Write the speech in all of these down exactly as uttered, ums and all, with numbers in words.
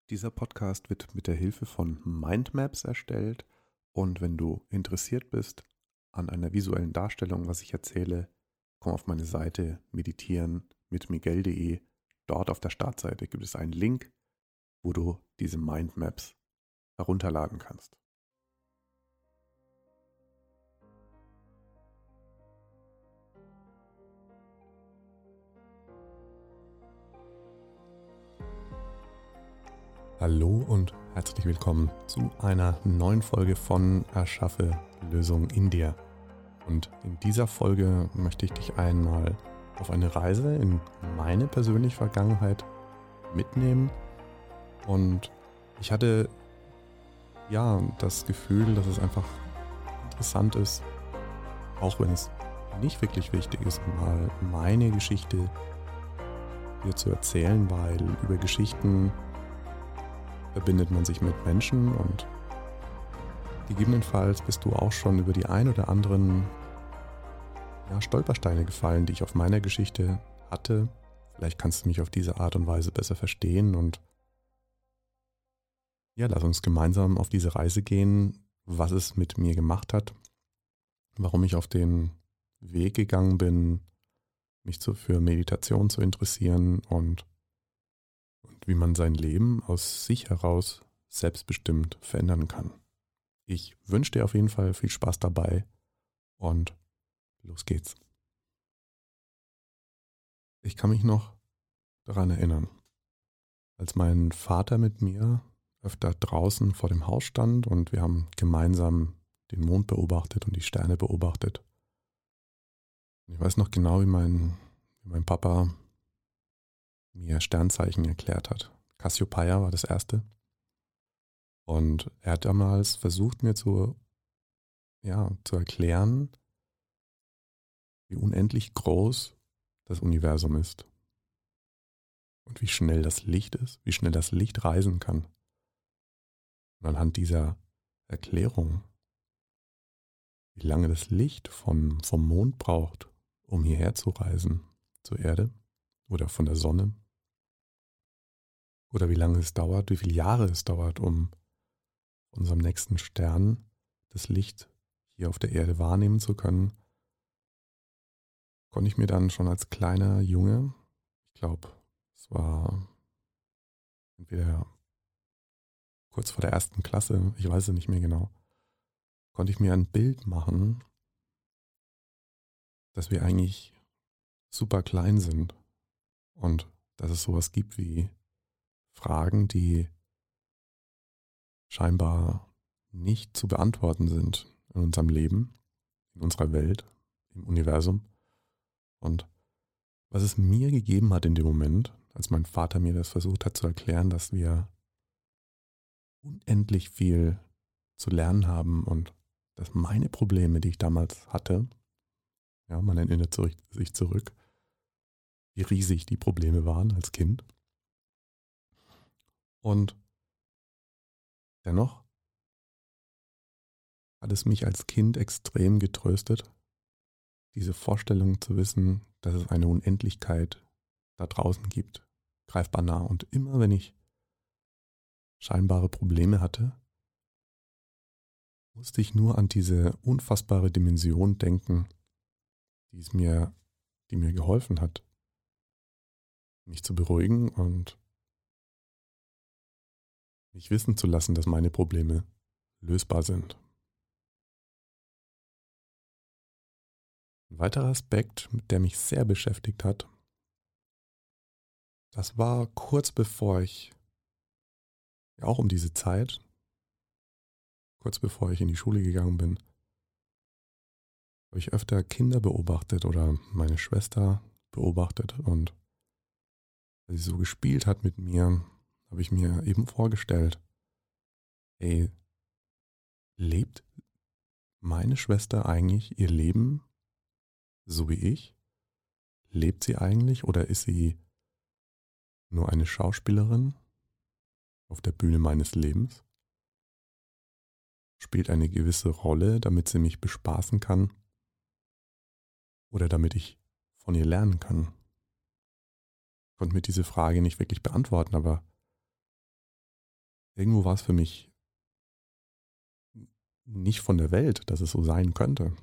Dieser Podcast wird mit der Hilfe von Mindmaps erstellt und wenn du interessiert bist an einer visuellen Darstellung, was ich erzähle, komm auf meine Seite meditieren mit miguel punkt de. Dort auf der Startseite gibt es einen Link, wo du diese Mindmaps herunterladen kannst. Hallo und herzlich willkommen zu einer neuen Folge von Erschaffe Lösungen in dir. Und in dieser Folge möchte ich dich einmal auf eine Reise in meine persönliche Vergangenheit mitnehmen. Und ich hatte ja das Gefühl, dass es einfach interessant ist, auch wenn es nicht wirklich wichtig ist, mal meine Geschichte dir zu erzählen, weil über Geschichten verbindet man sich mit Menschen und gegebenenfalls bist du auch schon über die ein oder anderen ja, Stolpersteine gefallen, die ich auf meiner Geschichte hatte. Vielleicht kannst du mich auf diese Art und Weise besser verstehen und ja, lass uns gemeinsam auf diese Reise gehen, was es mit mir gemacht hat, warum ich auf den Weg gegangen bin, mich zu, für Meditation zu interessieren und, und wie man sein Leben aus sich heraus selbstbestimmt verändern kann. Ich wünsche dir auf jeden Fall viel Spaß dabei und los geht's. Ich kann mich noch daran erinnern, als mein Vater mit mir öfter draußen vor dem Haus stand und wir haben gemeinsam den Mond beobachtet und die Sterne beobachtet. Und ich weiß noch genau, wie mein, wie mein Papa mir Sternzeichen erklärt hat. Cassiopeia war das erste. Und er hat damals versucht, mir zu, ja, zu erklären, wie unendlich groß das Universum ist. Und wie schnell das Licht ist, wie schnell das Licht reisen kann. Und anhand dieser Erklärung, wie lange das Licht vom, vom Mond braucht, um hierher zu reisen, zur Erde oder von der Sonne, oder wie lange es dauert, wie viele Jahre es dauert, um unserem nächsten Stern das Licht hier auf der Erde wahrnehmen zu können, konnte ich mir dann schon als kleiner Junge, ich glaube, es war entweder kurz vor der ersten Klasse, ich weiß es nicht mehr genau, konnte ich mir ein Bild machen, dass wir eigentlich super klein sind und dass es sowas gibt wie Fragen, die scheinbar nicht zu beantworten sind in unserem Leben, in unserer Welt, im Universum. Und was es mir gegeben hat in dem Moment, als mein Vater mir das versucht hat zu erklären, dass wir unendlich viel zu lernen haben und dass meine Probleme, die ich damals hatte, ja, man erinnert sich zurück, wie riesig die Probleme waren als Kind. Und dennoch hat es mich als Kind extrem getröstet, diese Vorstellung zu wissen, dass es eine Unendlichkeit da draußen gibt, greifbar nah. Und immer wenn ich scheinbare Probleme hatte, musste ich nur an diese unfassbare Dimension denken, die es mir, die mir geholfen hat, mich zu beruhigen und mich wissen zu lassen, dass meine Probleme lösbar sind. Ein weiterer Aspekt, der mich sehr beschäftigt hat, das war kurz bevor ich, ja auch um diese Zeit, kurz bevor ich in die Schule gegangen bin, habe ich öfter Kinder beobachtet oder meine Schwester beobachtet und als sie so gespielt hat mit mir, habe ich mir eben vorgestellt, hey, lebt meine Schwester eigentlich ihr Leben so wie ich? Lebt sie eigentlich oder ist sie nur eine Schauspielerin auf der Bühne meines Lebens? Spielt eine gewisse Rolle, damit sie mich bespaßen kann oder damit ich von ihr lernen kann? Ich konnte mir diese Frage nicht wirklich beantworten, aber irgendwo war es für mich nicht von der Welt, dass es so sein könnte.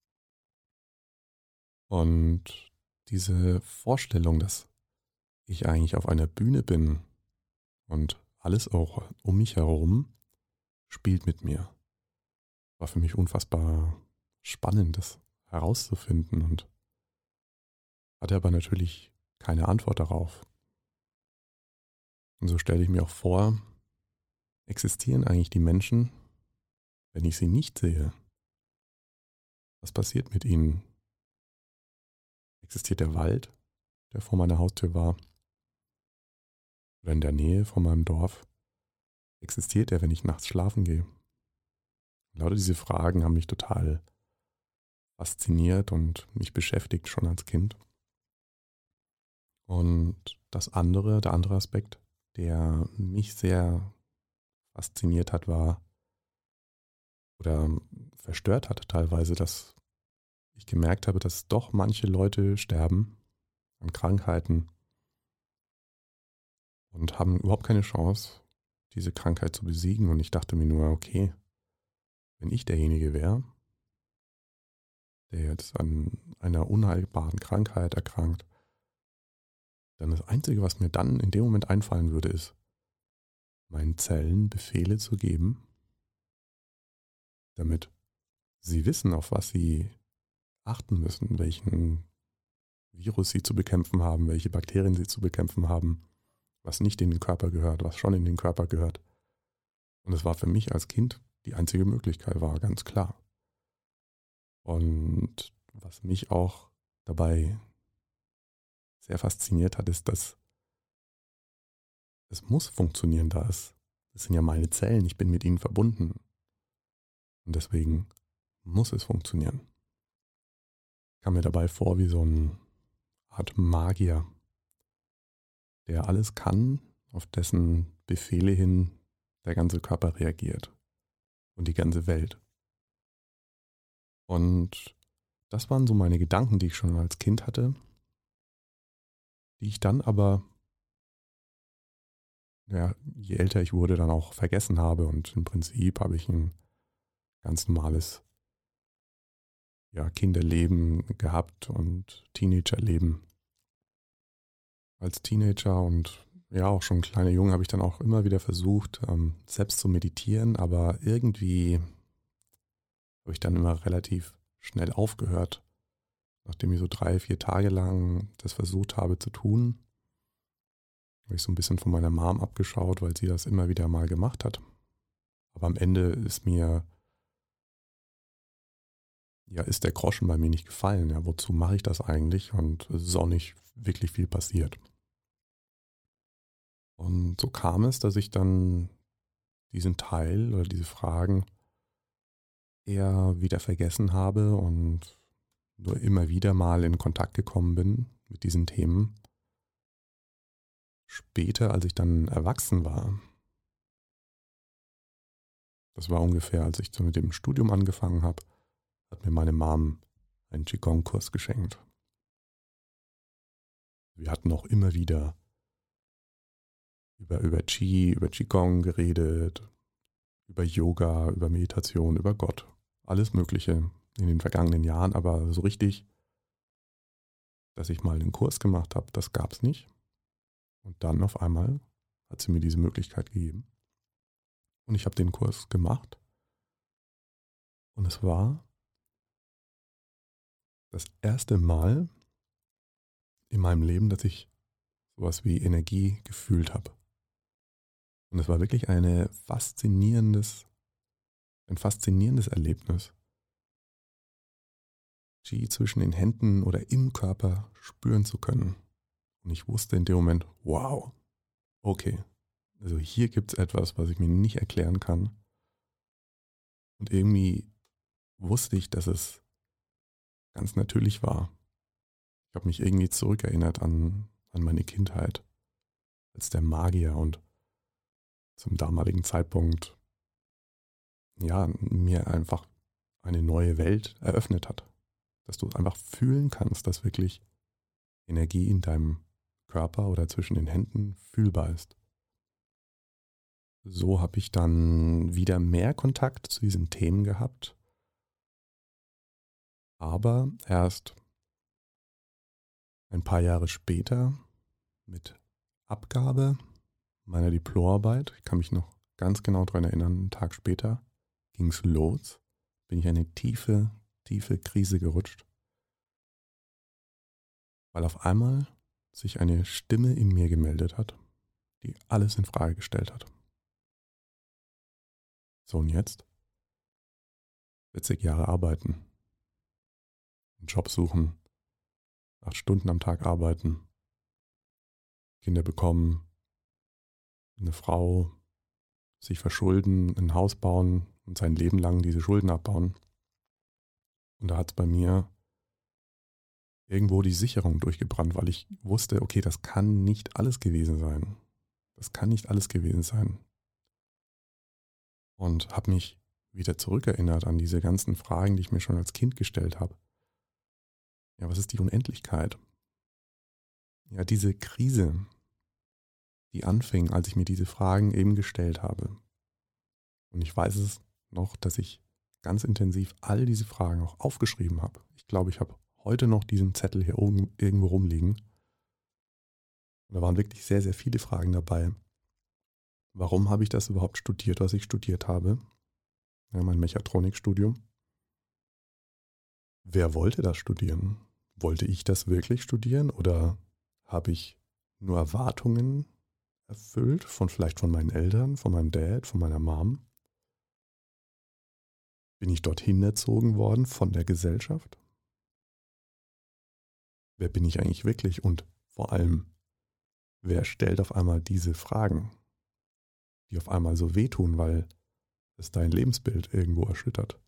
Und diese Vorstellung, dass ich eigentlich auf einer Bühne bin und alles auch um mich herum spielt mit mir, war für mich unfassbar spannend, das herauszufinden und hatte aber natürlich keine Antwort darauf. Und so stelle ich mir auch vor, existieren eigentlich die Menschen, wenn ich sie nicht sehe? Was passiert mit ihnen? Existiert der Wald, der vor meiner Haustür war? Oder in der Nähe von meinem Dorf? Existiert er, wenn ich nachts schlafen gehe? Lauter diese Fragen haben mich total fasziniert und mich beschäftigt schon als Kind. Und das andere, der andere Aspekt, der mich sehr fasziniert hat, war oder verstört hat teilweise, dass ich gemerkt habe, dass doch manche Leute sterben an Krankheiten und haben überhaupt keine Chance, diese Krankheit zu besiegen. Und ich dachte mir nur, okay, wenn ich derjenige wäre, der jetzt an einer unheilbaren Krankheit erkrankt, dann das Einzige, was mir dann in dem Moment einfallen würde, ist, meinen Zellen Befehle zu geben, damit sie wissen, auf was sie achten müssen, welchen Virus sie zu bekämpfen haben, welche Bakterien sie zu bekämpfen haben, was nicht in den Körper gehört, was schon in den Körper gehört. Und es war für mich als Kind die einzige Möglichkeit, war ganz klar. Und was mich auch dabei sehr fasziniert hat, ist, dass es muss funktionieren, da es, das sind ja meine Zellen, ich bin mit ihnen verbunden. Und deswegen muss es funktionieren. Ich kam mir dabei vor wie so eine Art Magier, der alles kann, auf dessen Befehle hin der ganze Körper reagiert und die ganze Welt. Und das waren so meine Gedanken, die ich schon als Kind hatte, die ich dann aber, ja, je älter ich wurde, dann auch vergessen habe. Und im Prinzip habe ich ein ganz normales, ja, Kinderleben gehabt und Teenagerleben. Als Teenager und ja, auch schon kleiner Junge habe ich dann auch immer wieder versucht, ähm, selbst zu meditieren, aber irgendwie habe ich dann immer relativ schnell aufgehört, nachdem ich so drei, vier Tage lang das versucht habe zu tun. Habe ich so ein bisschen von meiner Mom abgeschaut, weil sie das immer wieder mal gemacht hat. Aber am Ende ist mir, ja, ist der Groschen bei mir nicht gefallen. Ja, wozu mache ich das eigentlich? Und es ist auch nicht wirklich viel passiert. Und so kam es, dass ich dann diesen Teil oder diese Fragen eher wieder vergessen habe und nur immer wieder mal in Kontakt gekommen bin mit diesen Themen. Später, als ich dann erwachsen war, das war ungefähr, als ich so mit dem Studium angefangen habe, hat mir meine Mom einen Qigong-Kurs geschenkt. Wir hatten auch immer wieder über, über Qi, über Qigong geredet, über Yoga, über Meditation, über Gott. Alles Mögliche in den vergangenen Jahren, aber so richtig, dass ich mal einen Kurs gemacht habe, das gab es nicht. Und dann auf einmal hat sie mir diese Möglichkeit gegeben. Und ich habe den Kurs gemacht. Und es war das erste Mal in meinem Leben, dass ich sowas wie Energie gefühlt habe. Und es war wirklich eine faszinierendes, ein faszinierendes Erlebnis. Qi zwischen den Händen oder im Körper spüren zu können. Und ich wusste in dem Moment, wow, okay, also hier gibt es etwas, was ich mir nicht erklären kann. Und irgendwie wusste ich, dass es ganz natürlich war. Ich habe mich irgendwie zurückerinnert an, an meine Kindheit als der Magier und zum damaligen Zeitpunkt, ja, mir einfach eine neue Welt eröffnet hat. Dass du einfach fühlen kannst, dass wirklich Energie in deinem Körper oder zwischen den Händen fühlbar ist. so habe ich dann wieder mehr Kontakt zu diesen Themen gehabt, aber erst ein paar Jahre später mit Abgabe meiner Diplomarbeit, ich kann mich noch ganz genau daran erinnern, einen Tag später ging es los, bin ich in eine tiefe, tiefe Krise gerutscht, weil auf einmal sich eine Stimme in mir gemeldet hat, die alles in Frage gestellt hat. So, und jetzt? vierzig Jahre arbeiten, einen Job suchen, acht Stunden am Tag arbeiten, Kinder bekommen, eine Frau, sich verschulden, ein Haus bauen und sein Leben lang diese Schulden abbauen. Und da hat es bei mir irgendwo die Sicherung durchgebrannt, weil ich wusste, okay, das kann nicht alles gewesen sein. Das kann nicht alles gewesen sein. Und habe mich wieder zurückerinnert an diese ganzen Fragen, die ich mir schon als Kind gestellt habe. Ja, was ist die Unendlichkeit? Ja, diese Krise, die anfing, als ich mir diese Fragen eben gestellt habe. Und ich weiß es noch, dass ich ganz intensiv all diese Fragen auch aufgeschrieben habe. Ich glaube, ich habe heute noch diesen Zettel hier oben irgendwo rumliegen. Und da waren wirklich sehr, sehr viele Fragen dabei. Warum habe ich das überhaupt studiert, was ich studiert habe? Ja, mein Mechatronikstudium. Wer wollte das studieren? Wollte ich das wirklich studieren oder habe ich nur Erwartungen erfüllt von vielleicht von meinen Eltern, von meinem Dad, von meiner Mom? Bin ich dorthin erzogen worden von der Gesellschaft? Wer bin ich eigentlich wirklich und vor allem, wer stellt auf einmal diese Fragen, die auf einmal so wehtun, weil es dein Lebensbild irgendwo erschüttert?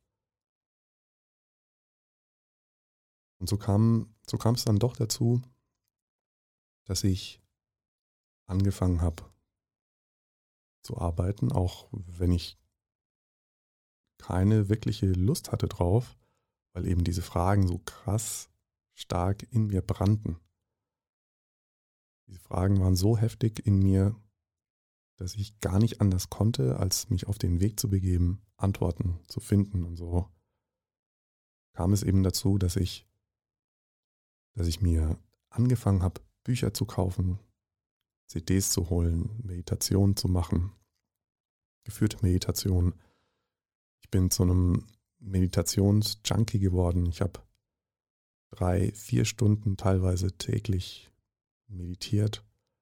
Und so kam, so kam es dann doch dazu, dass ich angefangen habe zu arbeiten, auch wenn ich keine wirkliche Lust hatte drauf, weil eben diese Fragen so krass stark in mir brannten. Diese Fragen waren so heftig in mir, dass ich gar nicht anders konnte, als mich auf den Weg zu begeben, Antworten zu finden. Und so kam es eben dazu, dass ich, dass ich mir angefangen habe, Bücher zu kaufen, C Ds zu holen, Meditationen zu machen, geführte Meditation. Ich bin zu einem Meditationsjunkie geworden. Ich habe drei, vier Stunden teilweise täglich meditiert.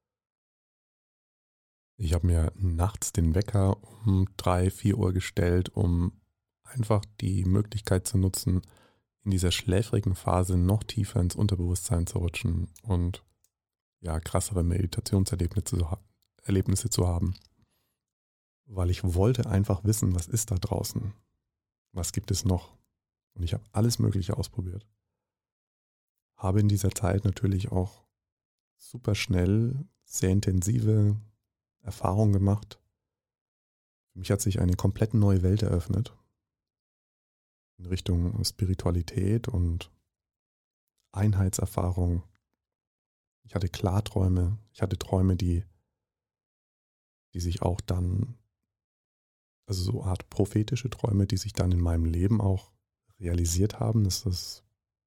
Ich habe mir nachts den Wecker um drei, vier Uhr gestellt, um einfach die Möglichkeit zu nutzen, in dieser schläfrigen Phase noch tiefer ins Unterbewusstsein zu rutschen und ja, krassere Meditationserlebnisse zu, ha- Erlebnisse zu haben. Weil ich wollte einfach wissen, was ist da draußen? Was gibt es noch? Und ich habe alles Mögliche ausprobiert. Habe in dieser Zeit natürlich auch super schnell, sehr intensive Erfahrungen gemacht. Für mich hat sich eine komplett neue Welt eröffnet in Richtung Spiritualität und Einheitserfahrung. Ich hatte Klarträume, ich hatte Träume, die, die sich auch dann, also so eine Art prophetische Träume, die sich dann in meinem Leben auch realisiert haben. Das ist,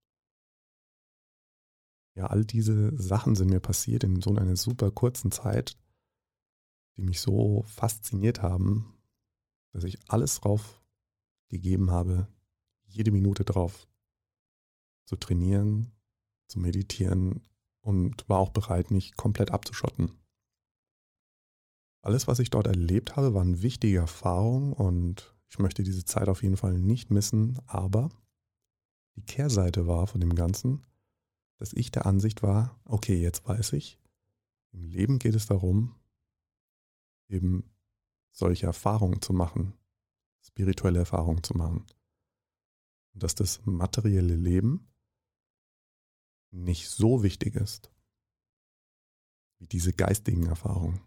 ja, all diese Sachen sind mir passiert in so einer super kurzen Zeit, die mich so fasziniert haben, dass ich alles drauf gegeben habe, jede Minute drauf zu trainieren, zu meditieren und war auch bereit, mich komplett abzuschotten. Alles, was ich dort erlebt habe, waren wichtige Erfahrungen und ich möchte diese Zeit auf jeden Fall nicht missen, aber die Kehrseite war von dem Ganzen, dass ich der Ansicht war, okay, jetzt weiß ich, im Leben geht es darum, eben solche Erfahrungen zu machen, spirituelle Erfahrungen zu machen. Und dass das materielle Leben nicht so wichtig ist wie diese geistigen Erfahrungen.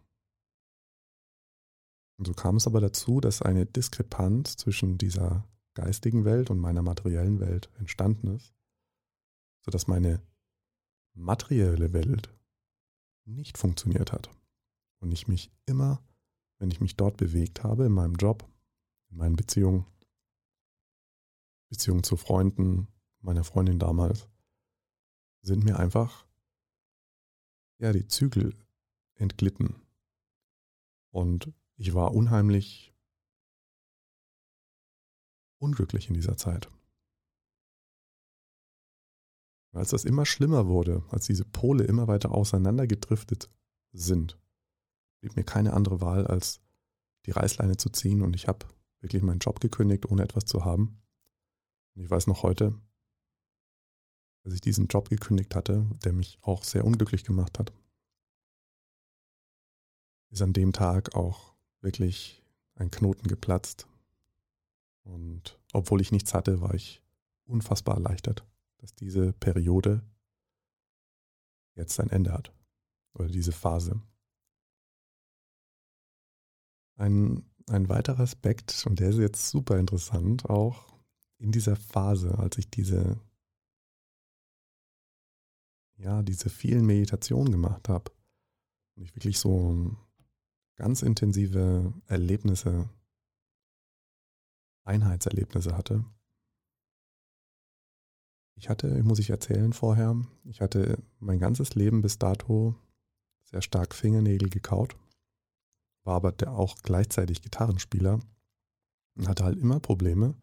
Und so kam es aber dazu, dass eine Diskrepanz zwischen dieser geistigen Welt und meiner materiellen Welt entstanden ist, sodass meine materielle Welt nicht funktioniert hat und ich mich immer wenn ich mich dort bewegt habe, in meinem Job, in meinen Beziehungen, Beziehungen zu Freunden, meiner Freundin damals, sind mir einfach ja die Zügel entglitten. Und ich war unheimlich unglücklich in dieser Zeit. Als das immer schlimmer wurde, als diese Pole immer weiter auseinandergedriftet sind, blieb mir keine andere Wahl, als die Reißleine zu ziehen, und ich habe wirklich meinen Job gekündigt, ohne etwas zu haben. Und ich weiß noch heute, dass ich diesen Job gekündigt hatte, der mich auch sehr unglücklich gemacht hat, ist an dem Tag auch wirklich ein Knoten geplatzt. Und obwohl ich nichts hatte, war ich unfassbar erleichtert, dass diese Periode jetzt ein Ende hat. Oder diese Phase. Ein, ein weiterer Aspekt, und der ist jetzt super interessant, auch in dieser Phase, als ich diese, ja, diese vielen Meditationen gemacht habe und ich wirklich so ganz intensive Erlebnisse, Einheitserlebnisse hatte. Ich hatte, muss ich erzählen vorher, ich hatte mein ganzes Leben bis dato sehr stark Fingernägel gekaut, war aber der auch gleichzeitig Gitarrenspieler und hatte halt immer Probleme,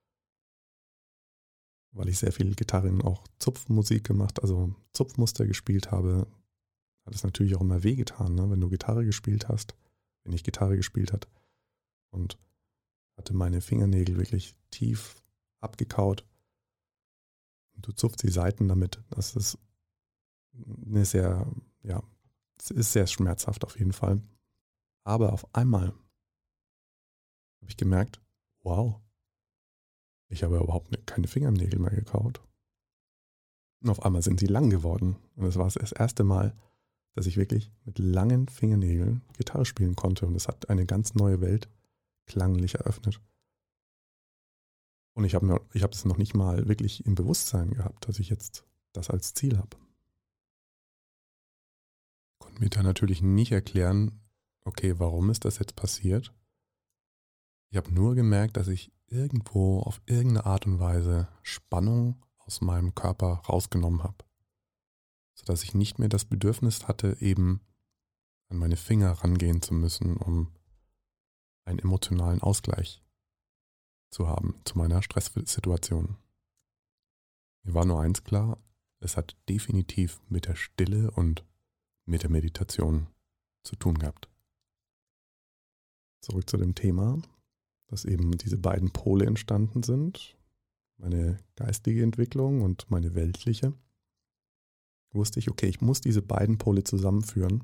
weil ich sehr viel Gitarren auch Zupfmusik gemacht, also Zupfmuster gespielt habe, hat es natürlich auch immer wehgetan, ne? Wenn du Gitarre gespielt hast, wenn ich Gitarre gespielt hat, und hatte meine Fingernägel wirklich tief abgekaut. Und du zupfst die Seiten damit. Das ist eine sehr, ja, es ist sehr schmerzhaft auf jeden Fall. Aber auf einmal habe ich gemerkt, wow, ich habe überhaupt keine Fingernägel mehr gekaut. Und auf einmal sind sie lang geworden. Und das war das erste Mal, dass ich wirklich mit langen Fingernägeln Gitarre spielen konnte. Und es hat eine ganz neue Welt klanglich eröffnet. Und ich habe mir, ich habe es noch nicht mal wirklich im Bewusstsein gehabt, dass ich jetzt das als Ziel habe. Konnte mir da natürlich nicht erklären, okay, warum ist das jetzt passiert? Ich habe nur gemerkt, dass ich irgendwo auf irgendeine Art und Weise Spannung aus meinem Körper rausgenommen habe, sodass ich nicht mehr das Bedürfnis hatte, eben an meine Finger rangehen zu müssen, um einen emotionalen Ausgleich zu haben zu meiner Stresssituation. Mir war nur eins klar, es hat definitiv mit der Stille und mit der Meditation zu tun gehabt. Zurück zu dem Thema, dass eben diese beiden Pole entstanden sind, meine geistige Entwicklung und meine weltliche. Wusste ich, okay, ich muss diese beiden Pole zusammenführen.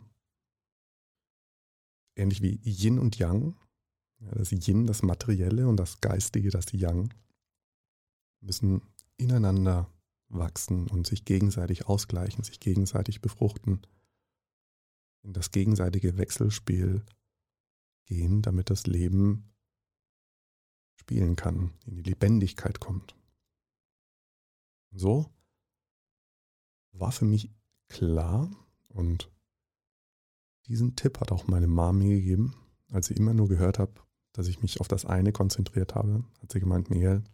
Ähnlich wie Yin und Yang. Ja, das Yin, das Materielle, und das Geistige, das Yang, müssen ineinander wachsen und sich gegenseitig ausgleichen, sich gegenseitig befruchten, in das gegenseitige Wechselspiel gehen, damit das Leben spielen kann, in die Lebendigkeit kommt. Und so war für mich klar, und diesen Tipp hat auch meine Mom mir gegeben, als sie immer nur gehört hat, dass ich mich auf das eine konzentriert habe, hat sie gemeint, Miguel,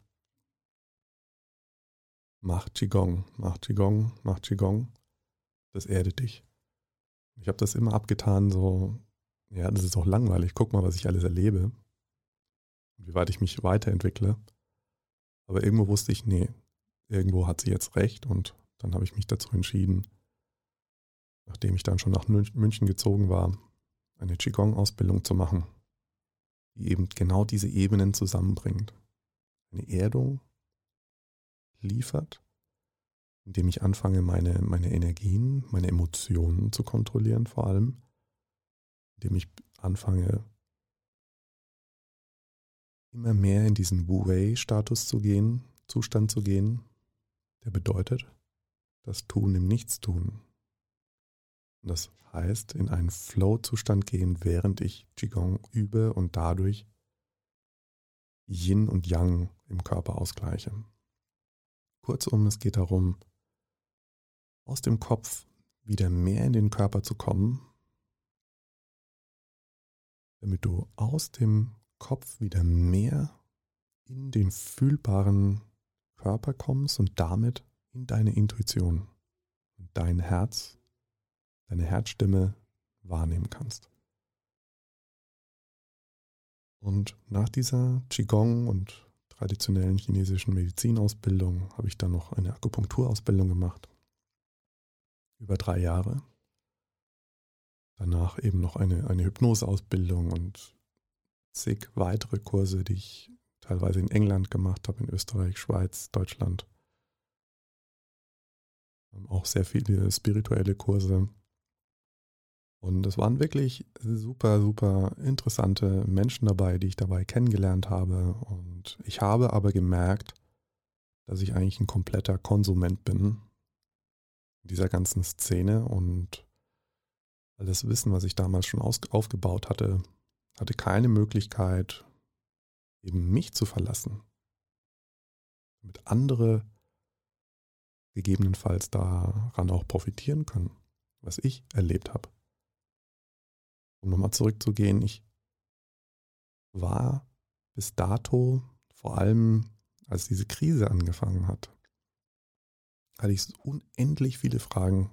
mach Qigong, mach Qigong, mach Qigong, das erdet dich. Ich habe das immer abgetan, so, ja, das ist auch langweilig, guck mal, was ich alles erlebe und wie weit ich mich weiterentwickle. Aber irgendwo wusste ich, nee, irgendwo hat sie jetzt recht, und dann habe ich mich dazu entschieden, nachdem ich dann schon nach München gezogen war, eine Qigong-Ausbildung zu machen, die eben genau diese Ebenen zusammenbringt. Eine Erdung liefert, indem ich anfange, meine, meine Energien, meine Emotionen zu kontrollieren vor allem, indem ich anfange, immer mehr in diesen Wu-Wei-Status zu gehen, Zustand zu gehen, der bedeutet, das Tun im Nichtstun. Und das heißt, in einen Flow-Zustand gehen, während ich Qigong übe und dadurch Yin und Yang im Körper ausgleiche. Kurzum, es geht darum, aus dem Kopf wieder mehr in den Körper zu kommen, damit du aus dem Kopf wieder mehr in den fühlbaren Körper kommst und damit in deine Intuition und dein Herz, deine Herzstimme wahrnehmen kannst. Und nach dieser Qigong und traditionellen chinesischen Medizinausbildung habe ich dann noch eine Akupunkturausbildung gemacht. Über drei Jahre. Danach eben noch eine, eine Hypnoseausbildung und zig weitere Kurse, die ich teilweise in England gemacht habe, in Österreich, Schweiz, Deutschland. Auch sehr viele spirituelle Kurse. Und es waren wirklich super, super interessante Menschen dabei, die ich dabei kennengelernt habe. Und ich habe aber gemerkt, dass ich eigentlich ein kompletter Konsument bin in dieser ganzen Szene. Und all das Wissen, was ich damals schon aus, aufgebaut hatte, hatte keine Möglichkeit, eben mich zu verlassen. Damit andere gegebenenfalls daran auch profitieren können, was ich erlebt habe. Um nochmal zurückzugehen, ich war bis dato, vor allem als diese Krise angefangen hat, hatte ich unendlich viele Fragen.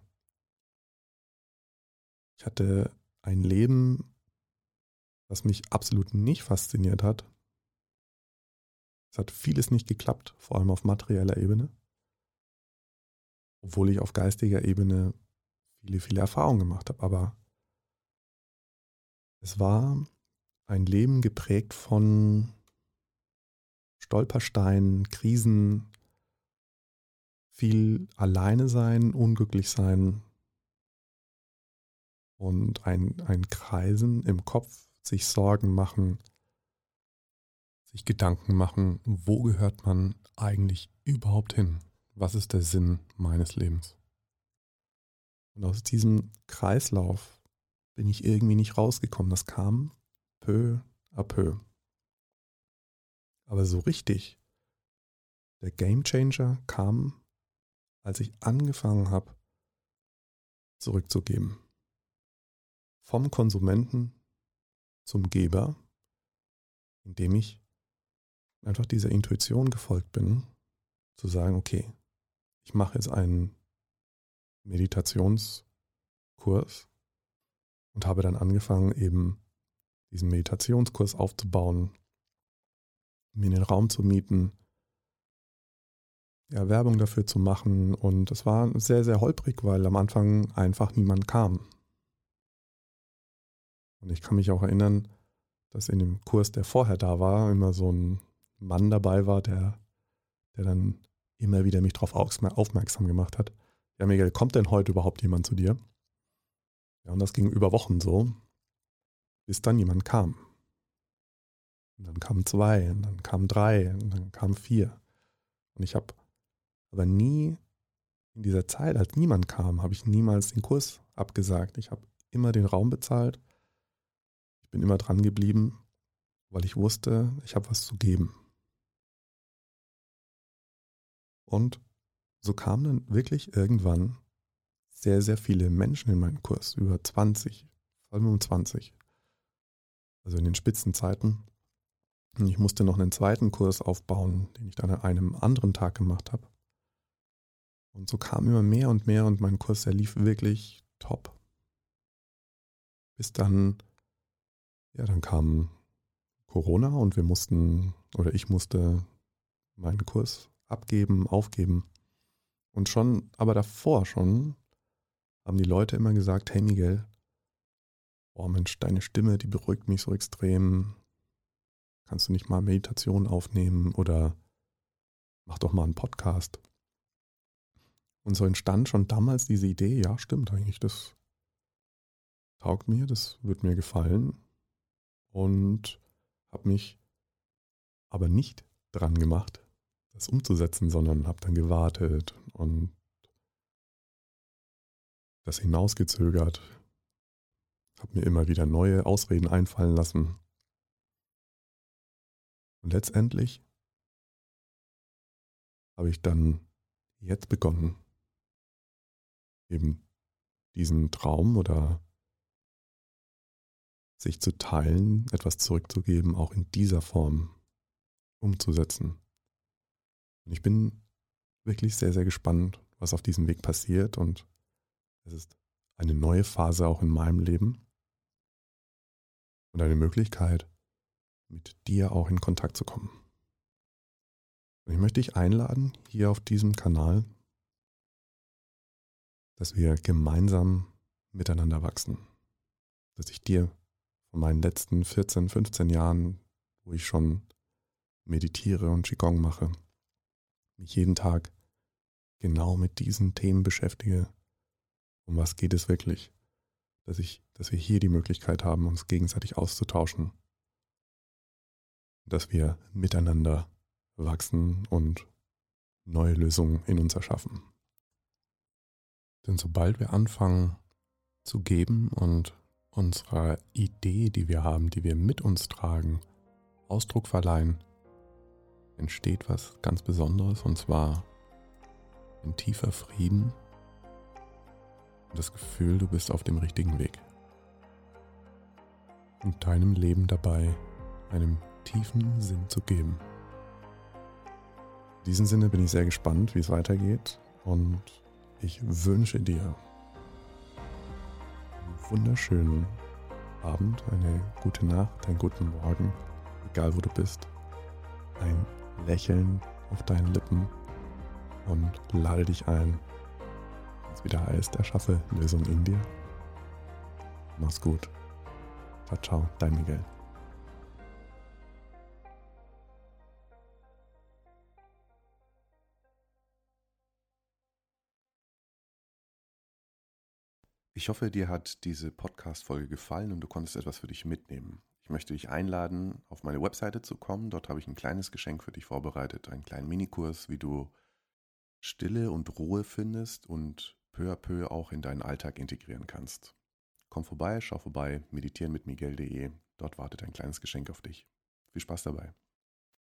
Ich hatte ein Leben, das mich absolut nicht fasziniert hat. Es hat vieles nicht geklappt, vor allem auf materieller Ebene, obwohl ich auf geistiger Ebene viele, viele Erfahrungen gemacht habe. Aber es war ein Leben geprägt von Stolpersteinen, Krisen, viel alleine sein, unglücklich sein und ein, ein Kreisen im Kopf, sich Sorgen machen, sich Gedanken machen, wo gehört man eigentlich überhaupt hin? Was ist der Sinn meines Lebens? Und aus diesem Kreislauf bin ich irgendwie nicht rausgekommen. Das kam peu à peu. Aber so richtig, der Gamechanger kam, als ich angefangen habe, zurückzugeben. Vom Konsumenten zum Geber, indem ich einfach dieser Intuition gefolgt bin, zu sagen, okay, ich mache jetzt einen Meditationskurs und habe dann angefangen, eben diesen Meditationskurs aufzubauen, mir einen Raum zu mieten, ja, Werbung dafür zu machen, und es war sehr, sehr holprig, weil am Anfang einfach niemand kam. Und ich kann mich auch erinnern, dass in dem Kurs, der vorher da war, immer so ein Mann dabei war, der, der dann immer wieder mich darauf aufmerksam gemacht hat. Ja, Miguel, kommt denn heute überhaupt jemand zu dir? Ja, und das ging über Wochen so, bis dann jemand kam. Und dann kamen zwei, und dann kamen drei, und dann kamen vier. Und ich habe aber nie in dieser Zeit, als niemand kam, habe ich niemals den Kurs abgesagt. Ich habe immer den Raum bezahlt. Ich bin immer dran geblieben, weil ich wusste, ich habe was zu geben. Und so kamen dann wirklich irgendwann sehr, sehr viele Menschen in meinen Kurs, über zwanzig, fünfundzwanzig. Also in den Spitzenzeiten. Und ich musste noch einen zweiten Kurs aufbauen, den ich dann an einem anderen Tag gemacht habe. Und so kam immer mehr und mehr, und mein Kurs, der lief wirklich top. Bis dann, ja, dann kam Corona und wir mussten, oder ich musste meinen Kurs abgeben, aufgeben. Und schon, aber davor schon, haben die Leute immer gesagt, hey Miguel, oh Mensch, deine Stimme, die beruhigt mich so extrem. Kannst du nicht mal Meditation aufnehmen oder mach doch mal einen Podcast? Und so entstand schon damals diese Idee, ja, stimmt eigentlich, das taugt mir, das wird mir gefallen, und habe mich aber nicht dran gemacht, das umzusetzen, sondern habe dann gewartet und das hinausgezögert, habe mir immer wieder neue Ausreden einfallen lassen. Und letztendlich habe ich dann jetzt begonnen, eben diesen Traum oder sich zu teilen, etwas zurückzugeben, auch in dieser Form umzusetzen. Und ich bin wirklich sehr, sehr gespannt, was auf diesem Weg passiert, und es ist eine neue Phase auch in meinem Leben und eine Möglichkeit, mit dir auch in Kontakt zu kommen. Und ich möchte dich einladen, hier auf diesem Kanal, dass wir gemeinsam miteinander wachsen. Dass ich dir von meinen letzten vierzehn, fünfzehn Jahren, wo ich schon meditiere und Qigong mache, mich jeden Tag genau mit diesen Themen beschäftige. Um was geht es wirklich? Dass ich, dass wir hier die Möglichkeit haben, uns gegenseitig auszutauschen. Dass wir miteinander wachsen und neue Lösungen in uns erschaffen. Denn sobald wir anfangen zu geben und unserer Idee, die wir haben, die wir mit uns tragen, Ausdruck verleihen, entsteht was ganz Besonderes, und zwar ein tiefer Frieden und das Gefühl, du bist auf dem richtigen Weg. Und deinem Leben dabei einen tiefen Sinn zu geben. In diesem Sinne bin ich sehr gespannt, wie es weitergeht, und ich wünsche dir einen wunderschönen Abend, eine gute Nacht, einen guten Morgen, egal wo du bist, ein Lächeln auf deinen Lippen, und lade dich ein, wenn es wieder heißt, erschaffe Lösung in dir. Mach's gut. Ciao, ciao, dein Miguel. Ich hoffe, dir hat diese Podcast-Folge gefallen und du konntest etwas für dich mitnehmen. Ich möchte dich einladen, auf meine Webseite zu kommen. Dort habe ich ein kleines Geschenk für dich vorbereitet, einen kleinen Minikurs, wie du Stille und Ruhe findest und peu à peu auch in deinen Alltag integrieren kannst. Komm vorbei, schau vorbei, meditieren mit miguel punkt de. Dort wartet ein kleines Geschenk auf dich. Viel Spaß dabei.